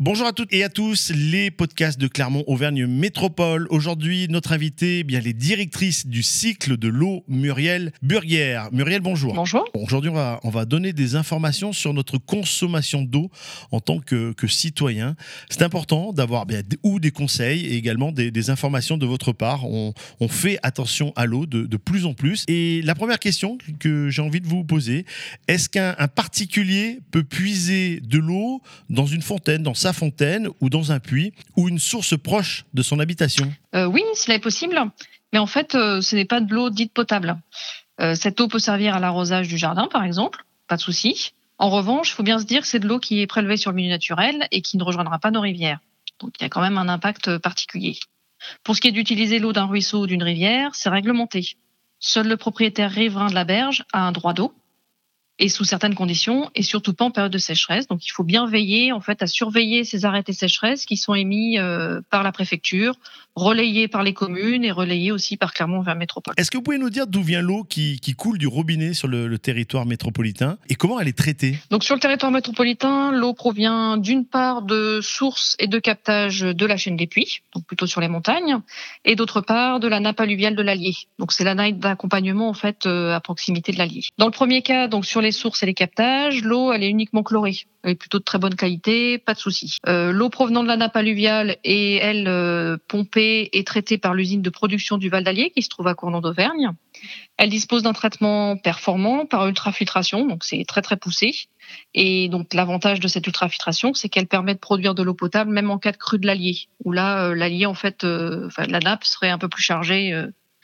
Bonjour à toutes et à tous, les podcasts de Clermont-Auvergne Métropole. Aujourd'hui, notre invitée, elle est directrice du cycle de l'eau, Muriel Burguière. Muriel, bonjour. Bonjour. Aujourd'hui, on va donner des informations sur notre consommation d'eau en tant que citoyen. C'est important d'avoir des conseils et également des informations de votre part. On fait attention à l'eau de plus en plus. Et la première question que j'ai envie de vous poser, est-ce qu'un particulier peut puiser de l'eau dans une fontaine, dans sa fontaine ou dans un puits ou une source proche de son habitation? Oui, cela est possible, mais en fait, ce n'est pas de l'eau dite potable. Cette eau peut servir à l'arrosage du jardin, par exemple, pas de souci. En revanche, il faut bien se dire que c'est de l'eau qui est prélevée sur le milieu naturel et qui ne rejoindra pas nos rivières. Donc il y a quand même un impact particulier. Pour ce qui est d'utiliser l'eau d'un ruisseau ou d'une rivière, c'est réglementé. Seul le propriétaire riverain de la berge a un droit d'eau, et sous certaines conditions, et surtout pas en période de sécheresse. Donc il faut bien veiller à surveiller ces arrêtés sécheresse qui sont émis par la préfecture, relayés par les communes et relayés aussi par Clermont-Auvergne Métropole. Est-ce que vous pouvez nous dire d'où vient l'eau qui coule du robinet sur le territoire métropolitain et comment elle est traitée? Donc sur le territoire métropolitain, l'eau provient d'une part de sources et de captages de la chaîne des puits, donc plutôt sur les montagnes, et d'autre part de la nappe alluviale de l'Allier. Donc c'est la nappe d'accompagnement à proximité de l'Allier. Dans le premier cas, donc sur les sources et les captages, l'eau elle est uniquement chlorée. Elle est plutôt de très bonne qualité, pas de souci. L'eau provenant de la nappe alluviale est elle pompée et traitée par l'usine de production du Val d'Allier qui se trouve à Cournon d'Auvergne. Elle dispose d'un traitement performant par ultrafiltration, donc c'est très très poussé. Et donc l'avantage de cette ultrafiltration, c'est qu'elle permet de produire de l'eau potable même en cas de crue de l'Allier, où là l'Allier la nappe serait un peu plus chargée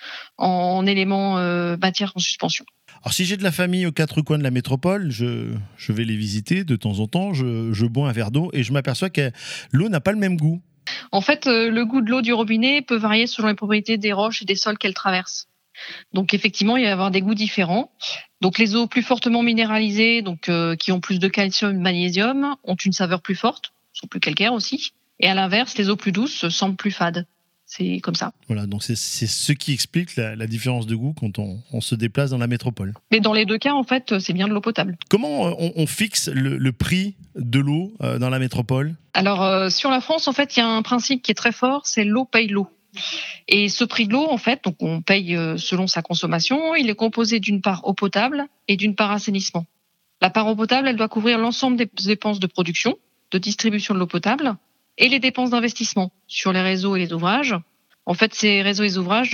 en éléments matière en suspension. Alors si j'ai de la famille aux quatre coins de la métropole, je vais les visiter de temps en temps, je bois un verre d'eau et je m'aperçois que l'eau n'a pas le même goût. En fait, le goût de l'eau du robinet peut varier selon les propriétés des roches et des sols qu'elle traverse. Donc effectivement, il va y avoir des goûts différents. Donc les eaux plus fortement minéralisées, qui ont plus de calcium et de magnésium, ont une saveur plus forte, sont plus calcaires aussi. Et à l'inverse, les eaux plus douces semblent plus fades. C'est comme ça. Voilà, donc c'est ce qui explique la différence de goût quand on se déplace dans la métropole. Mais dans les deux cas, en fait, c'est bien de l'eau potable. Comment on fixe le prix de l'eau dans la métropole? Alors sur la France, en fait, il y a un principe qui est très fort, c'est l'eau paye l'eau. Et ce prix de l'eau, en fait, donc on paye selon sa consommation, il est composé d'une part eau potable et d'une part assainissement. La part eau potable, elle doit couvrir l'ensemble des dépenses de production, de distribution de l'eau potable et les dépenses d'investissement sur les réseaux et les ouvrages. En fait, ces réseaux et les ouvrages,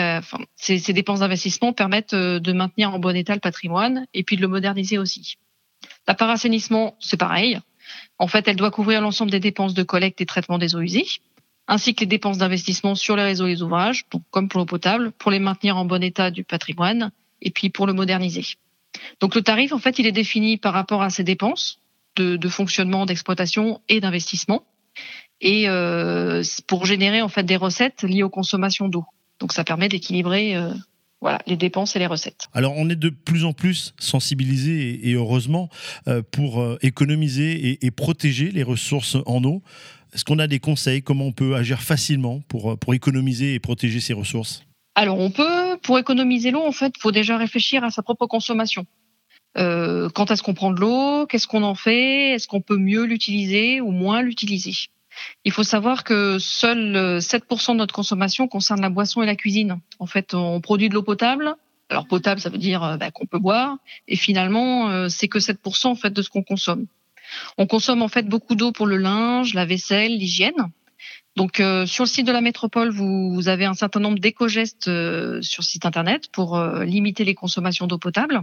ces dépenses d'investissement permettent de maintenir en bon état le patrimoine et puis de le moderniser aussi. La part assainissement, c'est pareil. En fait, elle doit couvrir l'ensemble des dépenses de collecte et traitement des eaux usées, ainsi que les dépenses d'investissement sur les réseaux et les ouvrages, donc comme pour l'eau potable, pour les maintenir en bon état du patrimoine et puis pour le moderniser. Donc le tarif, en fait, il est défini par rapport à ces dépenses de fonctionnement, d'exploitation et d'investissement, et pour générer en fait des recettes liées aux consommations d'eau. Donc ça permet d'équilibrer les dépenses et les recettes. Alors on est de plus en plus sensibilisés et heureusement pour économiser et protéger les ressources en eau. Est-ce qu'on a des conseils? Comment on peut agir facilement pour économiser et protéger ces ressources? Alors on peut, pour économiser l'eau, en fait, il faut déjà réfléchir à sa propre consommation. Quand est-ce qu'on prend de l'eau? Qu'est-ce qu'on en fait? Est-ce qu'on peut mieux l'utiliser ou moins l'utiliser? Il faut savoir que seuls 7% de notre consommation concerne la boisson et la cuisine. En fait, on produit de l'eau potable. Alors potable, ça veut dire qu'on peut boire. Et finalement, c'est que 7% en fait de ce qu'on consomme. On consomme en fait beaucoup d'eau pour le linge, la vaisselle, l'hygiène. Donc sur le site de la métropole, vous avez un certain nombre d'éco-gestes sur le site internet pour limiter les consommations d'eau potable.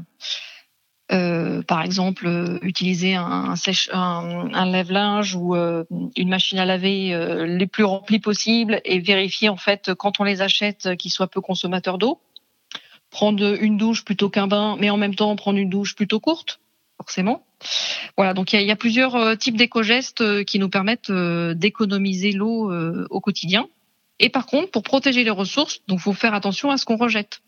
Par exemple, utiliser un lève-linge ou une machine à laver les plus remplies possibles et vérifier en fait quand on les achète qu'ils soient peu consommateurs d'eau. Prendre une douche plutôt qu'un bain, mais en même temps prendre une douche plutôt courte, forcément. Voilà, donc il y a plusieurs types d'éco-gestes qui nous permettent d'économiser l'eau au quotidien. Et par contre, pour protéger les ressources, donc faut faire attention à ce qu'on rejette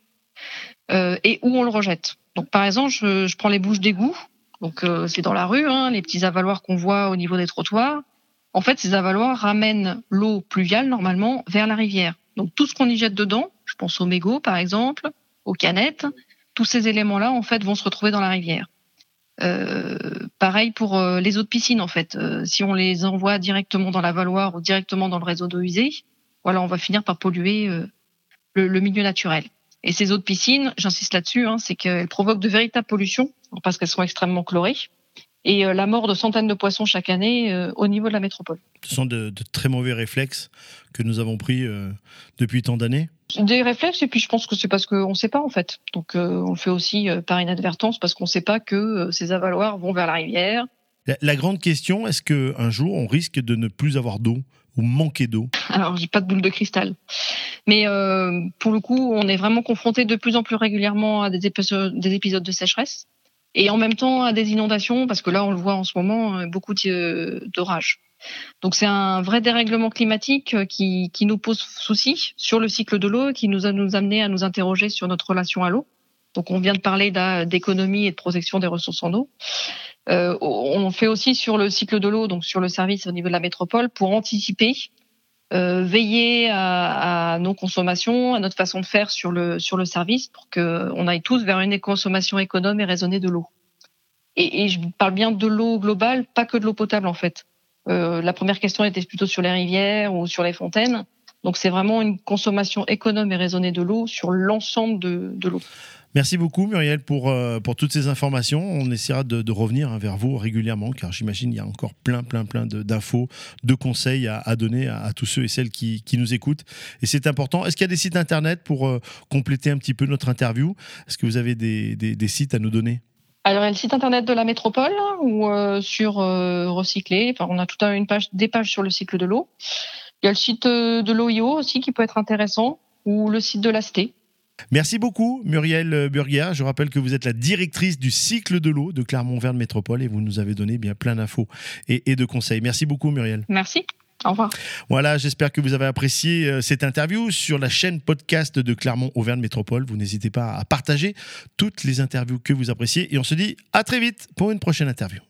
et où on le rejette. Donc par exemple, je prends les bouches d'égout. Donc c'est dans la rue, les petits avaloirs qu'on voit au niveau des trottoirs. En fait, ces avaloirs ramènent l'eau pluviale normalement vers la rivière. Donc tout ce qu'on y jette dedans, je pense aux mégots par exemple, aux canettes, tous ces éléments-là en fait vont se retrouver dans la rivière. Pareil pour les eaux de piscine, en fait. Si on les envoie directement dans l'avaloir ou directement dans le réseau d'eau usée, voilà, on va finir par polluer le milieu naturel. Et ces eaux de piscine, j'insiste là-dessus, c'est qu'elles provoquent de véritables pollutions parce qu'elles sont extrêmement chlorées et la mort de centaines de poissons chaque année au niveau de la métropole. Ce sont de très mauvais réflexes que nous avons pris depuis tant d'années. Des réflexes, et puis je pense que c'est parce qu'on ne sait pas, en fait. Donc on le fait aussi par inadvertance parce qu'on ne sait pas que ces avaloirs vont vers la rivière. La grande question, est-ce qu'un jour on risque de ne plus avoir d'eau ou manquer d'eau? Alors, j'ai pas de boule de cristal. Mais pour le coup, on est vraiment confronté de plus en plus régulièrement à des épisodes de sécheresse et en même temps à des inondations, parce que là, on le voit en ce moment, beaucoup d'orages. Donc c'est un vrai dérèglement climatique qui nous pose souci sur le cycle de l'eau, qui nous a amené à nous interroger sur notre relation à l'eau. Donc on vient de parler d'économie et de protection des ressources en eau. On fait aussi sur le cycle de l'eau, donc sur le service au niveau de la métropole, pour anticiper, veiller à nos consommations, à notre façon de faire sur le service, pour qu'on aille tous vers une consommation économe et raisonnée de l'eau. Et je parle bien de l'eau globale, pas que de l'eau potable en fait. La première question était plutôt sur les rivières ou sur les fontaines. Donc c'est vraiment une consommation économe et raisonnée de l'eau sur l'ensemble de l'eau. Merci beaucoup Muriel pour toutes ces informations. On essaiera de revenir vers vous régulièrement, car j'imagine qu'il y a encore plein d'infos, de conseils à donner à tous ceux et celles qui nous écoutent. Et c'est important. Est-ce qu'il y a des sites internet pour compléter un petit peu notre interview? Est-ce que vous avez des sites à nous donner? Alors, il y a le site internet de la métropole ou sur Recycler. Enfin, on a des pages sur le cycle de l'eau. Il y a le site de l'OIO aussi qui peut être intéressant, ou le site de l'AST. Merci beaucoup Muriel Burguiat. Je rappelle que vous êtes la directrice du cycle de l'eau de Clermont-Auvergne Métropole et vous nous avez donné bien plein d'infos et de conseils. Merci beaucoup Muriel. Merci. Au revoir. Voilà, j'espère que vous avez apprécié cette interview sur la chaîne podcast de Clermont-Auvergne Métropole. Vous n'hésitez pas à partager toutes les interviews que vous appréciez et on se dit à très vite pour une prochaine interview.